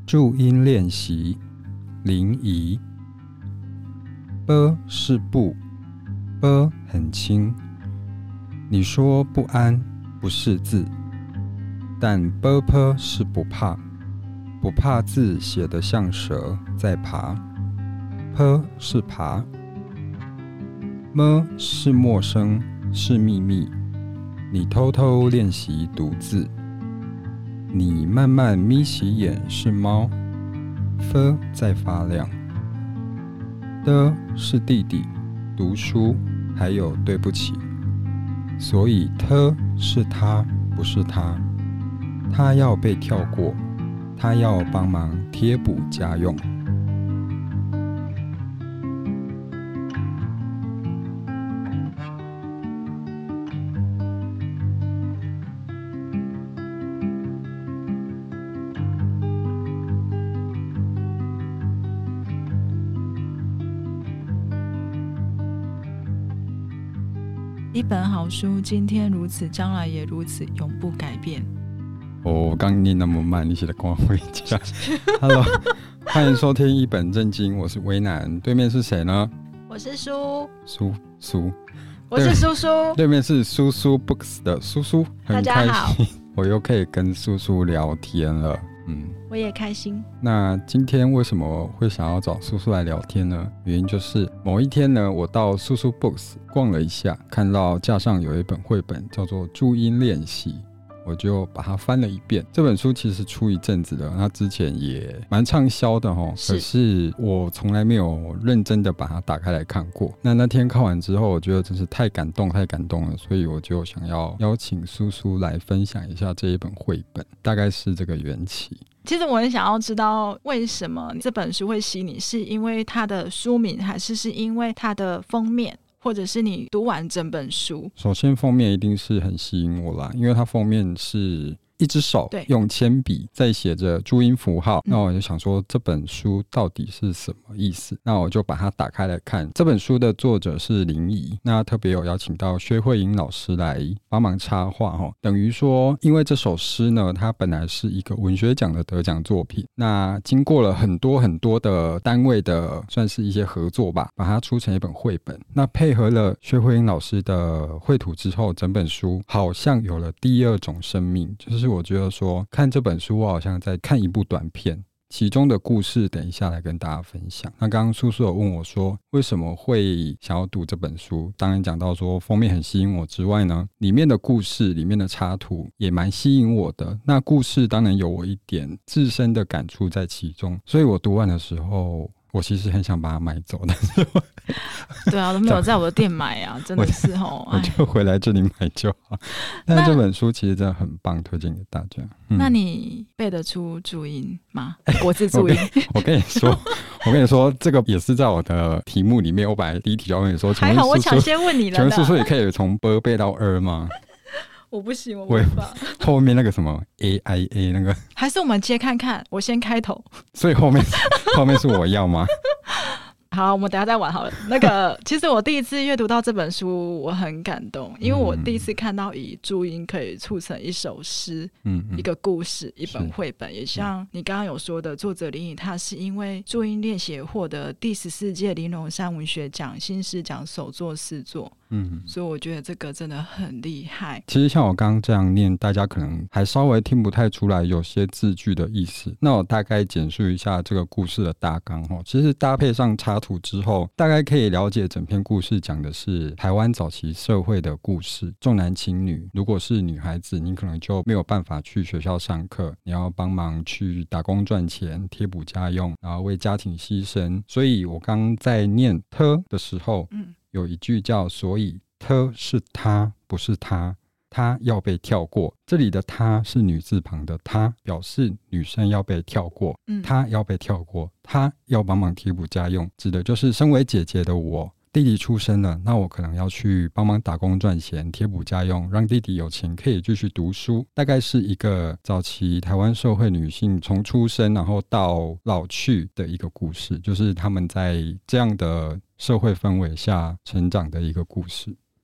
注音练习临沂。是不，很轻。你说不安不是字，但是不怕，不怕字写得像蛇在爬。是爬，是陌生，是秘密。你偷偷练习读字，你慢慢眯起眼是猫，在发亮。是弟弟，读书，还有对不起。所以是他，不是他。他要被跳过，他要帮忙贴补家用。 一本好书，今天如此，将来也如此，永不改变。 我刚念那么慢，你写的光回家。Hello， 欢迎收听一本正经，我是威南，对面是谁呢？ 我是苏， 我是苏苏， 对面是苏苏 Books 的苏苏，很开心，我又可以跟苏苏聊天了。 我也开心。 那今天为什么会想要找苏苏来聊天呢？原因就是某一天呢，我到苏苏 Books 逛了一下，看到架上有一本绘本叫做《注音练习》，我就把它翻了一遍。这本书其实出一阵子了，它之前也蛮畅销的齁，可是我从来没有认真的把它打开来看过。那天看完之后，我觉得真是太感动了，所以我就想要邀请苏苏来分享一下这一本绘本，大概是这个缘起。 其实我很想要知道为什么这本书会吸引你，是因为它的书名，还是因为它的封面，或者是你读完整本书？ 首先封面一定是很吸引我啦，因为它封面是一只手用铅笔在写着注音符号，那我就想说这本书到底是什么意思，那我就把它打开来看。这本书的作者是临沂，那特别有邀请到薛慧莹老师来帮忙插画，等于说因为这首诗呢，它本来是一个文学奖的得奖作品，那经过了很多的单位的算是一些合作吧，把它出成一本绘本，那配合了薛慧莹老师的绘图之后，整本书好像有了第二种生命，就是我觉得说看这本书我好像在看一部短片，其中的故事等一下来跟大家分享。那刚刚苏苏有问我说为什么会想要读这本书，当然讲到说封面很吸引我之外呢，里面的故事里面的插图也蛮吸引我的，那故事当然有我一点自身的感触在其中，所以我读完的时候我其实很想把它买走，但是对啊，都没有在我的店买啊，真的是我就回来这里买就好。但这本书其实真的很棒，推荐给大家。 那你背得出注音吗？国字注音？ 我跟你说，这个也是在我的题目里面。我本来第一题要问你说， 还好我抢先问你了。 请问苏苏也可以从 b 背到吗？ 我不行，我无法。 后面那个什么 AIA 那个， 还是我们接看看，我先开头。 所以后面是我要吗？ 好，我们等一下再玩好了。那个，其实我第一次阅读到这本书，我很感动，因为我第一次看到以注音可以促成一首诗，一个故事，一本绘本。也像你刚刚有说的，作者临沂他是因为注音练习获得第14届林荣山文学奖新诗奖首作诗作。所以我觉得这个真的很厉害。 其实像我刚刚这样念，大家可能还稍微听不太出来有些字句的意思。那我大概简述一下这个故事的大纲。其实搭配上插图之后，大概可以了解整篇故事讲的是台湾早期社会的故事，重男轻女。如果是女孩子，你可能就没有办法去学校上课，你要帮忙去打工赚钱，贴补家用，然后为家庭牺牲。所以我刚在念的时候，有一句叫所以是他，不是他，他要被跳过。这里的他是女字旁的他，表示女生要被跳过，他要被跳过，他要帮忙贴补家用，指的就是身为姐姐的我，弟弟出生了，那我可能要去帮忙打工赚钱，贴补家用，让弟弟有钱可以继续读书。大概是一个早期台湾社会女性从出生然后到老去的一个故事，就是他们在这样的社会氛围下成长的一个故事。 对，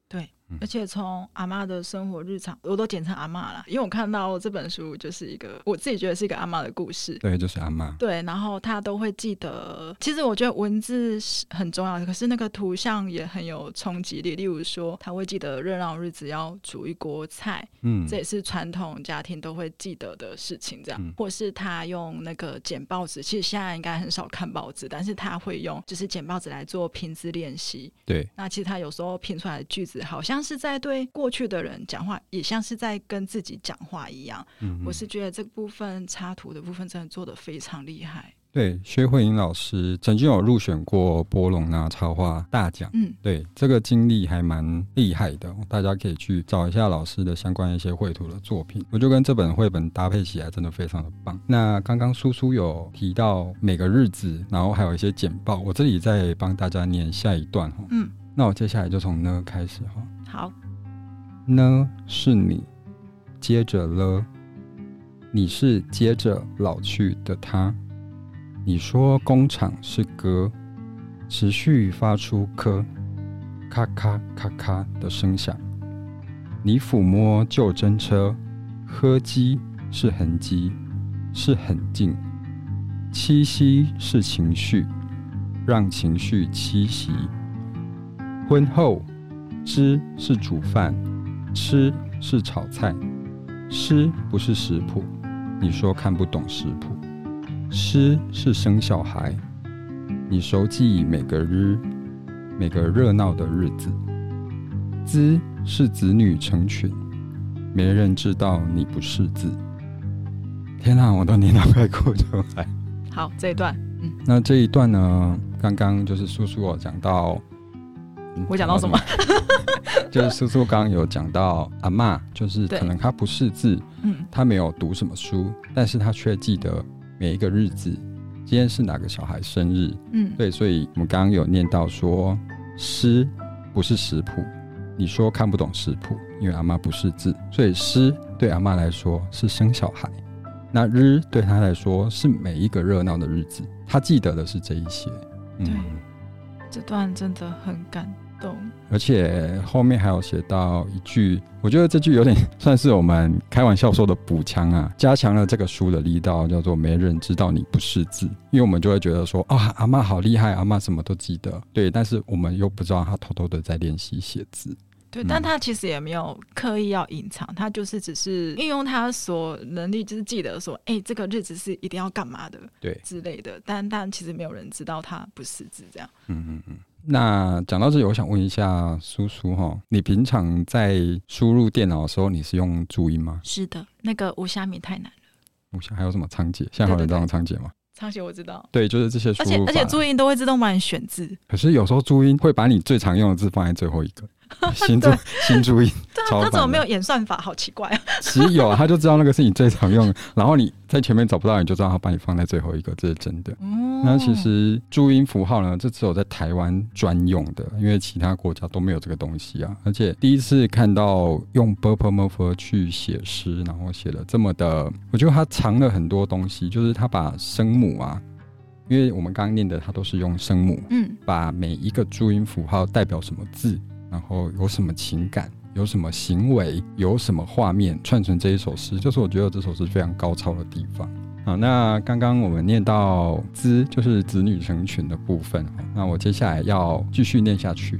而且从阿嬷的生活日常，我都简称阿嬷啦，因为我看到这本书就是一个我自己觉得是一个阿嬷的故事。 对，就是阿嬷。 对，然后她都会记得，其实我觉得文字是很重要的，可是那个图像也很有冲击力。例如说她会记得热闹日子要煮一锅菜，这也是传统家庭都会记得的事情，这样。或是她用那个剪报纸，其实现在应该很少看报纸，但是她会用就是剪报纸来做拼字练习。 对， 那其实她有时候拼出来的句子好像是在对过去的人讲话，也像是在跟自己讲话一样。我是觉得这部分插图的部分真的做得非常厉害。 对，薛慧英老师曾经有入选过波隆纳插画大奖。对，这个经历还蛮厉害的，大家可以去找一下老师的相关一些绘图的作品，我就跟这本绘本搭配起来真的非常的棒。那刚刚苏苏有提到每个日子，然后还有一些简报，我这里再帮大家念下一段。那我接下来就从呢开始。 好， 呢是你，接着了，你是接着老去的他。你说工厂是歌，持续发出咔咔咔咔咔的声响。你抚摸旧侦车，喝迹是痕迹，是很近。栖息是情绪，让情绪栖息。婚后，吃是煮饭，吃是炒菜，诗不是食谱。你说看不懂食谱。诗是生小孩，你熟记每个日，每个热闹的日子。资是子女成群，没人知道你不识字。天哪，我都念到快哭出来。 好，这一段， 那这一段呢？刚刚就是苏苏有讲到， 我讲到什么？ 就是苏苏刚刚有讲到阿嬷，就是可能她不识字，她没有读什么书，但是她却记得每一个日子，今天是哪个小孩生日。对，所以我们刚刚有念到说，诗不是食谱，你说看不懂食谱，因为阿嬷不识字，所以诗对阿嬷来说是生小孩，那日对她来说是每一个热闹的日子，她记得的是这一些。 对，这段真的很感动。 而且后面还有写到一句，我觉得这句有点算是我们开玩笑说的补枪啊，加强了这个书的力道，叫做没人知道你不识字。因为我们就会觉得说，阿嬷好厉害，阿嬷什么都记得，对，但是我们又不知道她偷偷的在练习写字。 对，但他其实也没有刻意要隐藏，他就是只是运用他所能力，就是记得说，这个日子是一定要干嘛的，对之类的。但其实没有人知道他不识字这样。 那讲到这里，我想问一下苏苏你平常在输入电脑的时候，你是用注音吗？ 是的，那个无虾米太难了。 还有什么仓颉？现在还有人这样仓颉吗？ 仓颉我知道， 对，就是这些输入法， 而且注音都会自动帮你选字。 可是有时候注音会把你最常用的字放在最后一个。新注音， 对啊，他怎么没有演算法？好奇怪啊！ 其实有啊，他就知道那个是你最常用的，然后你在前面找不到，你就知道他把你放在最后一个，这是真的。那其实注音符号呢，这只有在台湾专用的，因为其他国家都没有这个东西啊。而且第一次看到用 ___ 去写诗，然后写了这么的，我觉得他藏了很多东西，就是他把声母啊。因为我们刚刚念的它都是用声母，把每一个注音符号代表什么字，然后有什么情感，有什么行为，有什么画面串成这一首诗，就是我觉得这首诗非常高超的地方。好，那刚刚我们念到资就是子女成群的部分，那我接下来要继续念下去。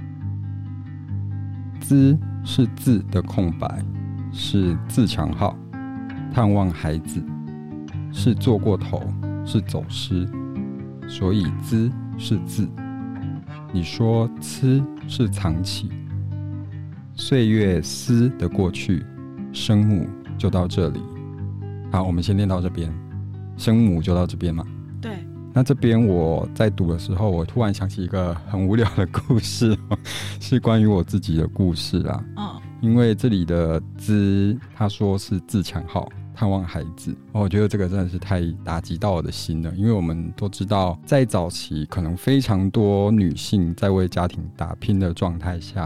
资是字的空白，是自强号，探望孩子，是做过头，是走失，所以资是字。你说痴是藏起，岁月思的过去，声母就到这里。好，我们先念到这边，声母就到这边嘛。 对。 那这边我在读的时候，我突然想起一个很无聊的故事，是关于我自己的故事啦。因为这里的资，他说是自强号。探望孩子，我觉得这个真的是太打击到我的心了。因为我们都知道，在早期可能非常多女性在为家庭打拼的状态下，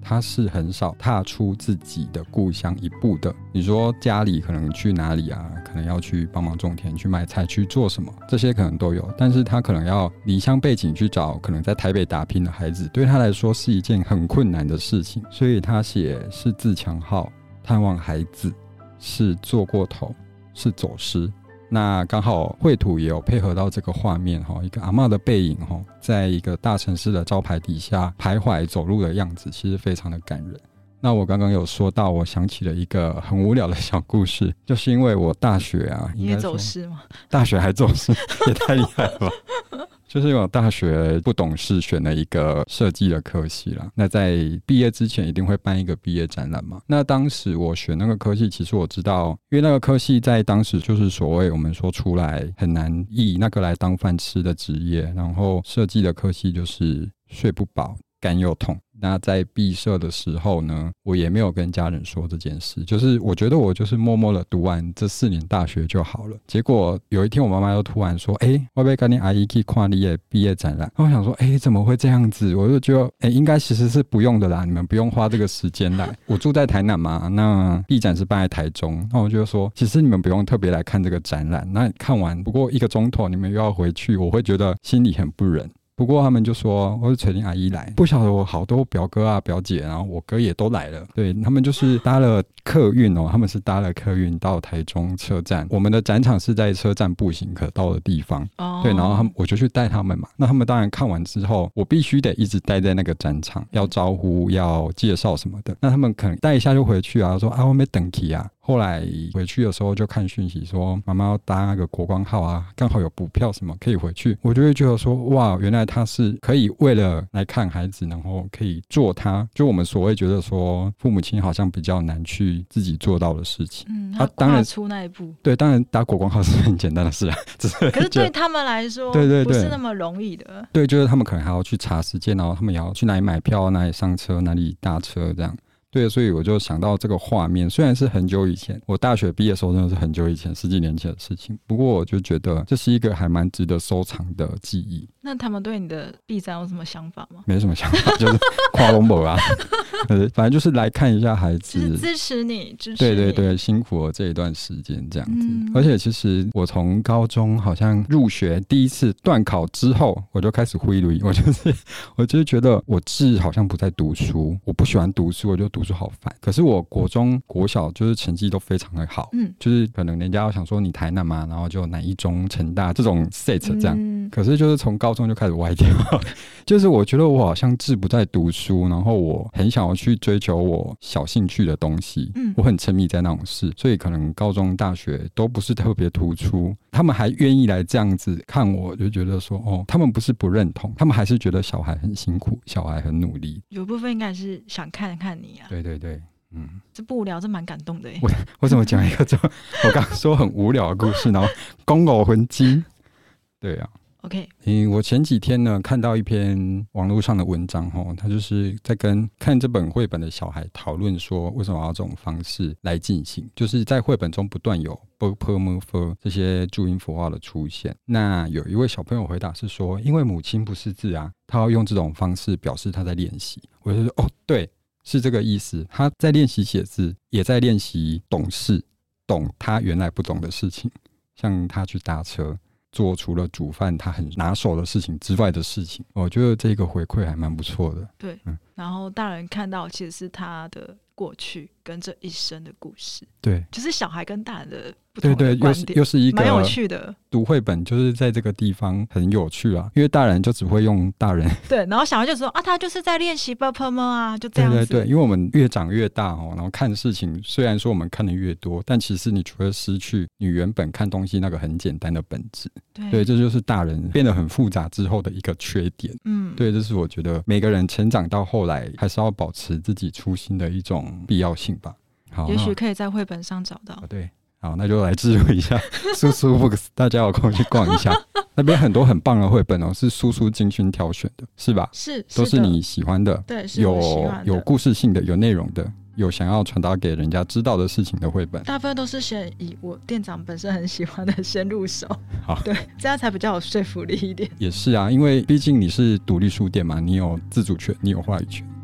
他是很少踏出自己的故乡一步的。你说家里可能去哪里啊，可能要去帮忙种田，去卖菜，去做什么，这些可能都有，但是他可能要离乡背井去找可能在台北打拼的孩子，对他来说是一件很困难的事情，所以他写是自强号，探望孩子，是做过头，是走失。那刚好绘图也有配合到这个画面，一个阿嬷的背影在一个大城市的招牌底下徘徊走路的样子，其实非常的感人。那我刚刚有说到，我想起了一个很无聊的小故事，就是因为我大学啊， 你也走失吗？ 大学还走失，也太厉害了吧！就是我大学不懂事，选了一个设计的科系啦。那在毕业之前一定会办一个毕业展览嘛。那当时我选那个科系，其实我知道，因为那个科系在当时就是所谓我们说出来很难以那个来当饭吃的职业，然后设计的科系就是睡不饱，肝又痛。那在毕设的时候呢，我也没有跟家人说这件事，就是我觉得我就是默默的读完这4年大学就好了。结果有一天我妈妈又突然说，我要跟你阿姨去看你的毕业展览。我想说怎么会这样子，我就觉得应该其实是不用的啦，你们不用花这个时间来。我住在台南嘛，那毕展是办在台中，那我就说其实你们不用特别来看这个展览，那看完不过1个钟头你们又要回去，我会觉得心里很不忍。不过他们就说我是垂玲阿姨来，不晓得我好多表哥啊表姐，然后我哥也都来了，对，他们就是搭了客运他们是搭了客运到台中车站，我们的展场是在车站步行可到的地方，对，然后我就去带他们嘛。那他们当然看完之后，我必须得一直待在那个展场，要招呼要介绍什么的，那他们可能待一下就回去啊，说我没等起啊。后来回去的时候就看讯息说妈妈要搭那个国光号啊，刚好有补票什么可以回去，我就会觉得说哇，原来他是可以为了来看孩子，然后可以做他就我们所谓觉得说父母亲好像比较难去自己做到的事情。 他当然出那一步， 对，当然搭国光号是很简单的事啊， 可是对他们来说对不是那么容易的。 对，就是他们可能还要去查时间，然后他们也要去哪里买票，哪里上车，哪里搭车这样。对，所以我就想到这个画面，虽然是很久以前，我大学毕业的时候真的是很久以前，10几年前的事情，不过我就觉得这是一个还蛮值得收藏的记忆。 那他们对你的毕展有什么想法吗？ 没什么想法，就是跨龙博啊反正就是来看一下孩子， 支持你。 对对对，辛苦了这一段时间这样子。而且其实我从高中好像入学第一次段考之后，我就开始挥泪，我就是觉得我志好像不在读书，我不喜欢读书，我就读书好烦。可是我国中国小就是成绩都非常的好，就是可能人家要想说你台南嘛，然后就南一中成大这种 set 这样，可是就是从高中就开始歪掉就是我觉得我好像志不在读书，然后我很想要去追求我小兴趣的东西，我很沉迷在那种事，所以可能高中大学都不是特别突出。他们还愿意来这样子看我，就觉得说他们不是不认同，他们还是觉得小孩很辛苦，小孩很努力， 有部分应该是想看看你啊。 对对对， 这不无聊，这蛮感动的耶。 我怎么讲一个我刚刚说很无聊的故事，然后公狗魂鸡。对啊 ，OK， 我前几天呢看到一篇网络上的文章，他就是在跟看这本绘本的小孩讨论说，为什么要这种方式来进行，就是在绘本中不断有 b、p、m、f 这些注音符号的出现。那有一位小朋友回答是说，因为母亲不识字啊，他要用这种方式表示他在练习。我就说对，是这个意思，他在练习写字，也在练习懂事，懂他原来不懂的事情，像他去搭车，做除了煮饭他很拿手的事情之外的事情。我觉得这个回馈还蛮不错的。 对，然后大人看到其实是他的过去跟这一生的故事。对，就是小孩跟大人的不同的观点， 又是一个蛮有趣的。 读绘本就是在这个地方很有趣啊，因为大人就只会用大人对，然后小孩就说他就是在练习 ㄅㄆㄇ 啊，就这样子。 对，因为我们越长越大然后看事情虽然说我们看的越多，但其实你就会失去你原本看东西那个很简单的本质。对，这就是大人变得很复杂之后的一个缺点。对，这是我觉得每个人成长到后来还是要保持自己初心的一种必要性吧。好， 也许可以在绘本上找到。 对，好，那就来置入一下苏苏 Books， 大家有空去逛一下，那边很多很棒的绘本是苏苏精心挑选的，是吧？ 是， 都是你喜欢的， 对，是我喜欢的， 有故事性的，有内容的，有想要传达给人家知道的事情的绘本， 大部分都是先以我店长本身很喜欢的先入手。 好， 对，这样才比较有说服力一点。 也是啊，因为毕竟你是独立书店嘛，你有自主权，你有话语权。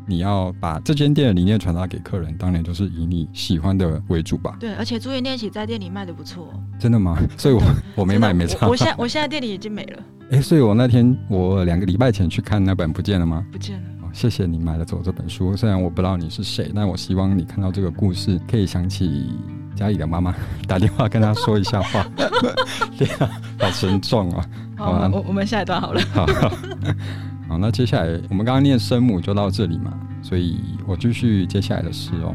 你要把这间店的理念传达给客人，当然就是以你喜欢的为主吧。 对，而且注音练习在店里卖的不错。 真的吗？所以我没买没差。 我现在店里已经没了。 所以我那天我2个礼拜前去看那本不见了吗？ 不见了。 谢谢你买了走这本书，虽然我不知道你是谁，但我希望你看到这个故事可以想起家里的妈妈，打电话跟她说一下话。对啊，好沉重啊。 好，我们下一段好了。 好，那接下来我们刚刚念声母就到这里嘛，所以我继续接下来的诗哦。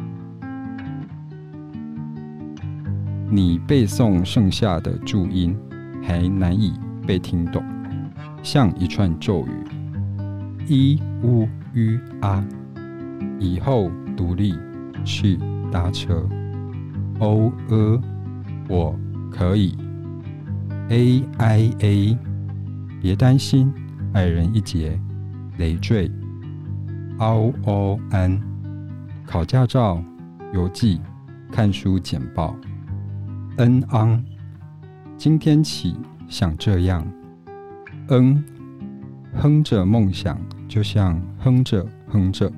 你背诵剩下的注音还难以被听懂，像一串咒语，一乌吁啊，以后独立去搭车。o 我可以 a i a， 别担心，矮人一截，累赘。嗷哦安，考驾照，邮寄，看书简报。恩昂，今天起想这样。哼着梦想，就像哼着哼着。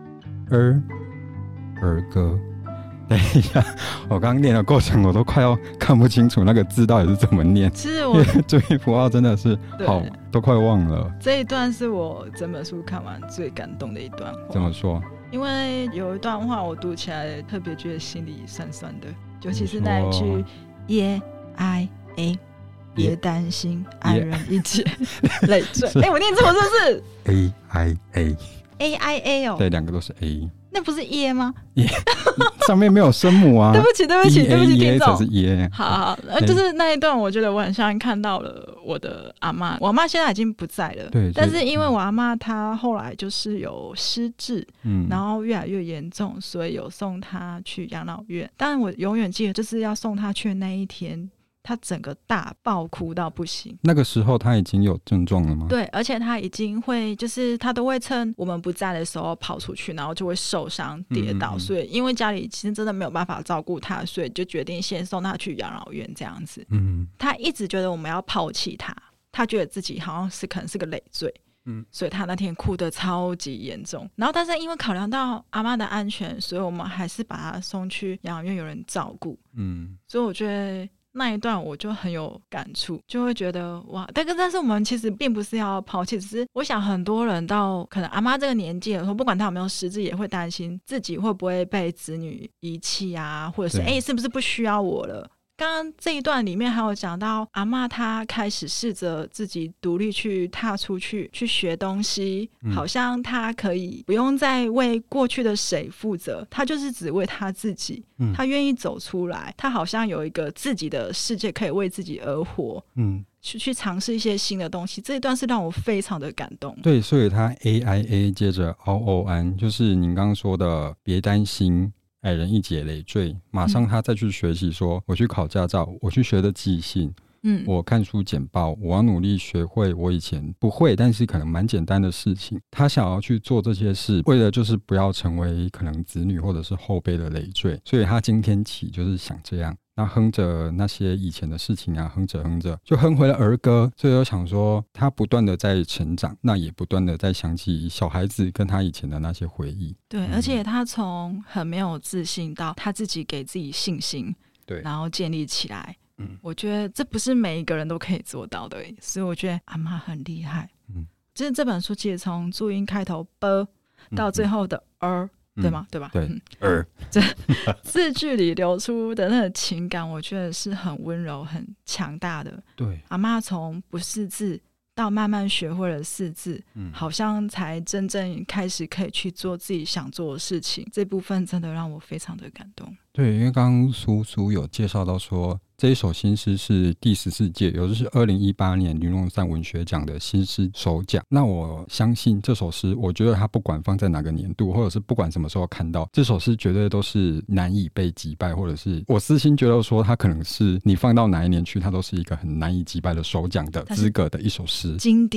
儿歌。等一下，我刚刚念的过程我都快要看不清楚那个字到底是怎么念。 其实我注音符号真的是好，都快忘了。 这一段是我整本书看完最感动的一段话。 怎么说？ 因为有一段话我读起来特别觉得心里酸酸的，尤其是那一句耶 I A， 别担心，爱人一起累赘。我念错是不是 A I A A I A 哦？ 对，2个都是 A。 那不是耶吗？ 上面没有声母啊。 对不起，听众。 才是耶。 好，就是那一段，我觉得我很像看到了我的阿嬷。我阿嬷现在已经不在了，对。但是因为我阿嬷她后来就是有失智，然后越来越严重，所以有送她去养老院。但我永远记得，就是要送她去的那一天。他整个大爆哭到不行。 那个时候他已经有症状了吗？ 对，而且他已经会，就是他都会趁我们不在的时候跑出去，然后就会受伤跌倒。所以因为家里其实真的没有办法照顾他，所以就决定先送他去养老院这样子。他一直觉得我们要抛弃他，他觉得自己好像是可能是个累赘。所以他那天哭得超级严重。然后但是因为考量到阿嬷的安全，所以我们还是把他送去养老院，有人照顾。所以我觉得那一段我就很有感触，就会觉得哇，但是我们其实并不是要抛弃，只是我想很多人到可能阿嬷这个年纪的时候，不管他有没有失智，也会担心自己会不会被子女遗弃啊，或者是是不是不需要我了。刚刚这一段里面还有讲到阿嬷她开始试着自己独立去踏出去学东西，好像她可以不用再为过去的谁负责，她就是只为她自己，她愿意走出来，她好像有一个自己的世界可以为自己而活，去尝试一些新的东西。这一段是让我非常的感动。 对，所以她 AIA 接着 OON， 就是您刚刚说的别担心，矮人一截累赘，马上他再去学习说，我去考驾照，我去学的即兴，我看书简报，我要努力学会我以前不会但是可能蛮简单的事情。他想要去做这些事，为了就是不要成为可能子女或者是后辈的累赘，所以他今天起就是想这样。那哼着那些以前的事情啊，哼着哼着就哼回了儿歌。所以我想说他不断的在成长，那也不断的在想起小孩子跟他以前的那些回忆。 对，而且他从很没有自信到他自己给自己信心，对，然后建立起来。我觉得这不是每一个人都可以做到的，所以我觉得阿嬷很厉害。就是这本书其实从注音开头 b 到最后的对吗？对吧？ 对， 这字句里流出的那个情感，我觉得是很温柔、很强大的。对，阿嬷从不识字到慢慢学会了识字，好像才真正开始可以去做自己想做的事情。这部分真的让我非常的感动。 对，因为刚刚苏有介绍到说，这一首新诗是第14届，也就是2018年林荣三文学奖的新诗首奖。那我相信这首诗，我觉得它不管放在哪个年度，或者是不管什么时候看到，这首诗绝对都是难以被击败，或者是我私心觉得说，它可能是你放到哪一年去，它都是一个很难以击败的首奖的资格的一首诗， 经典。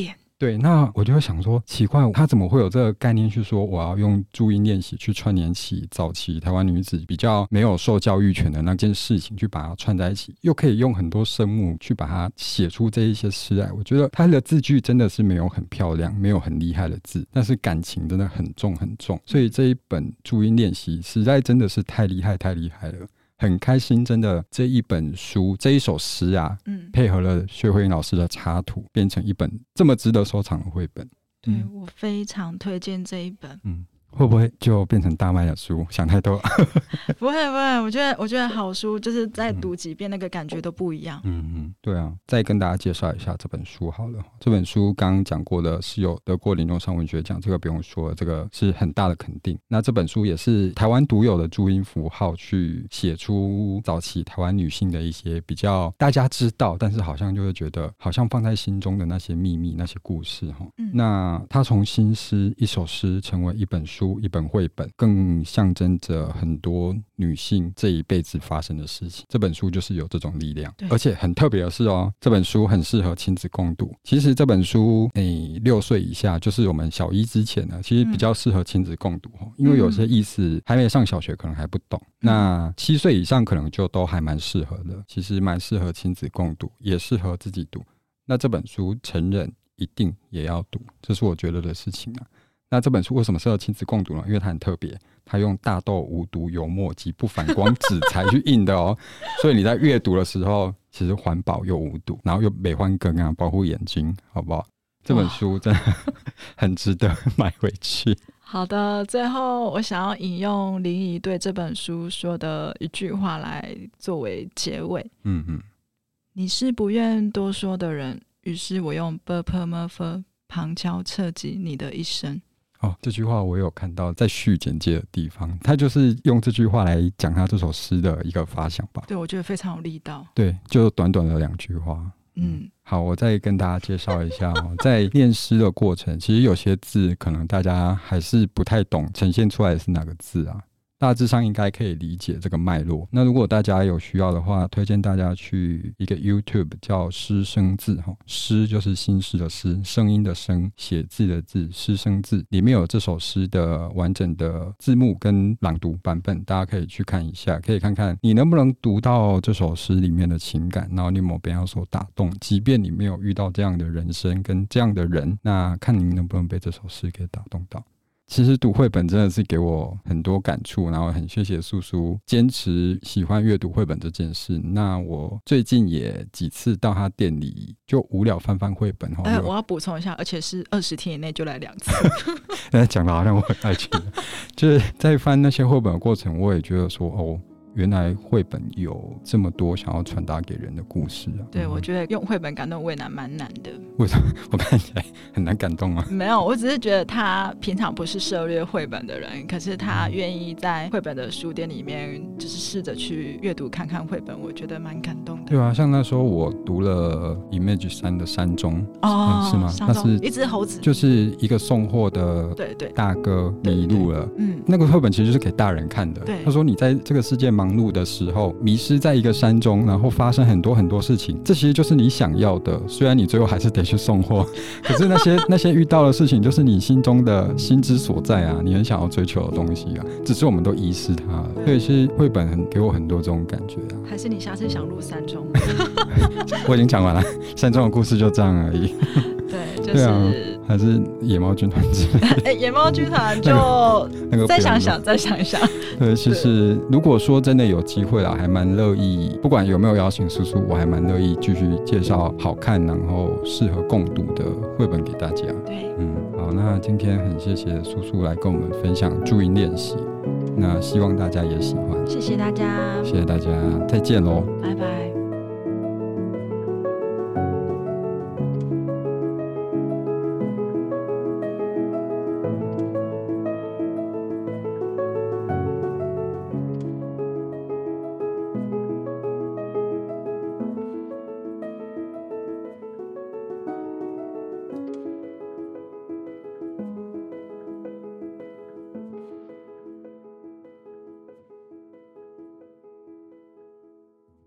对，那我就会想说奇怪，他怎么会有这个概念去说我要用注音练习去串联起早期台湾女子比较没有受教育权的那件事情，去把它串在一起，又可以用很多声母去把它写出这一些诗来。我觉得他的字句真的是没有很漂亮，没有很厉害的字，但是感情真的很重很重，所以这一本注音练习实在真的是太厉害太厉害了，很开心。真的这一本书这一首诗啊，配合了薛慧英老师的插图，变成一本这么值得收藏的绘本。 对，我非常推荐这一本。 会不会就变成大卖的书？想太多。 不会，我觉得好书就是再读几遍那个感觉都不一样。 对啊，再跟大家介绍一下这本书好了。这本书刚刚讲过的是有得过林荣上文学奖，这个不用说了，这个是很大的肯定。那这本书也是台湾独有的注音符号，去写出早期台湾女性的一些比较大家知道，但是好像就会觉得好像放在心中的那些秘密、那些故事。那它从新诗一首诗成为一本书、一本绘本，更象征着很多女性这一辈子发生的事情。这本书就是有这种力量，而且很特别的是这本书很适合亲子共读。其实这本书6岁以下，就是我们小一之前呢，其实比较适合亲子共读，因为有些意思还没上小学可能还不懂。那7岁以上可能就都还蛮适合的，其实蛮适合亲子共读，也适合自己读。那这本书成人一定也要读，这是我觉得的事情啊。那这本书为什么适合亲子共读呢？因为它很特别，它用大豆无毒油墨及不反光纸材去印的所以你在阅读的时候其实环保又无毒，然后又没换根啊，保护眼睛，好不好？这本书真的很值得买回去。 好的，最后我想要引用林怡对这本书说的一句话来作为结尾。你是不愿多说的人，于是我用 burp 旁敲侧击你的一生。 这句话我有看到在序简介的地方，他就是用这句话来讲他这首诗的一个发想吧。 对，我觉得非常有力道。 对，就短短的2句话。好，我再跟大家介绍一下在念诗的过程，其实有些字可能大家还是不太懂呈现出来的是哪个字啊，大致上应该可以理解这个脉络。那如果大家有需要的话，推荐大家去一个 YouTube 叫诗声字，诗就是新诗的诗，声音的声，写字的字，诗声字里面有这首诗的完整的字幕跟朗读版本，大家可以去看一下，可以看看你能不能读到这首诗里面的情感，然后你有没有被它所打动，即便你没有遇到这样的人生跟这样的人，那看你能不能被这首诗给打动到。其实读绘本真的是给我很多感触，然后很谢谢素素坚持喜欢阅读绘本这件事。那我最近也几次到他店里就无聊翻翻绘本。 我要补充一下，而且是20天以内就来2次。 讲的好像我很爱去就是在翻那些绘本的过程，我也觉得说原来绘本有这么多想要传达给人的故事啊。 对，我觉得用绘本感动魏南蛮难的。 为什么？我看起来很难感动啊？ 没有，我只是觉得他平常不是涉猎绘本的人，可是他愿意在绘本的书店里面就是试着去阅读看看绘本，我觉dat蛮感动的。 对啊，像那时候我读了 Image 3的山中是吗？ 那是一只猴子， 就是一个送货的大哥迷路了。那个绘本其实就是给大人看的。他说你在这个世界忙碌的时候迷失在一个山中，然后发生很多很多事情，这其实就是你想要的，虽然你最后还是得去送货，可是那些遇到的事情就是你心中的心之所在啊，你很想要追求的东西啊，只是我们都遗失它了。所以是绘本给我很多这种感觉啊。 还是你下次想入山中？ 我已经讲完了，山中的故事就这样而已。 对，就是啊，还是野猫军团之类的。 野猫军团就再想想。 对，其实如果说真的有机会啦，还蛮乐意，不管有没有邀请叔叔，我还蛮乐意继续介绍好看然后适合共读的绘本给大家。 对， 好，那今天很谢谢叔叔来跟我们分享注音练习，那希望大家也喜欢。 谢谢大家， 谢谢大家，再见咯， 拜拜。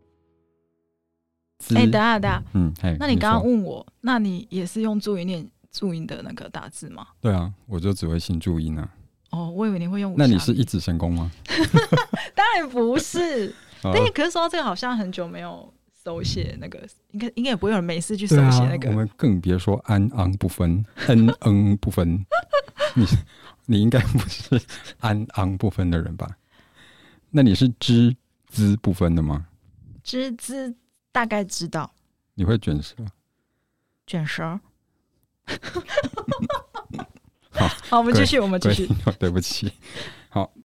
等一下，那你刚刚问我，那你也是用注音注音的那个打字吗？ 对啊，我就只会新注音啊。 哦，我以为你会用武侠。 那你是一指神功吗？ 当然不是。但可是说到这个，好像很久没有手写那个，应该也不会有人没事去手写那个。 我们更别说安昂不分，恩不分。你应该不是安昂不分的人吧？那你是知资不分的吗？ 知资大概知道。 你会卷舌？ 卷舌。好，我们继续，对不起。 好。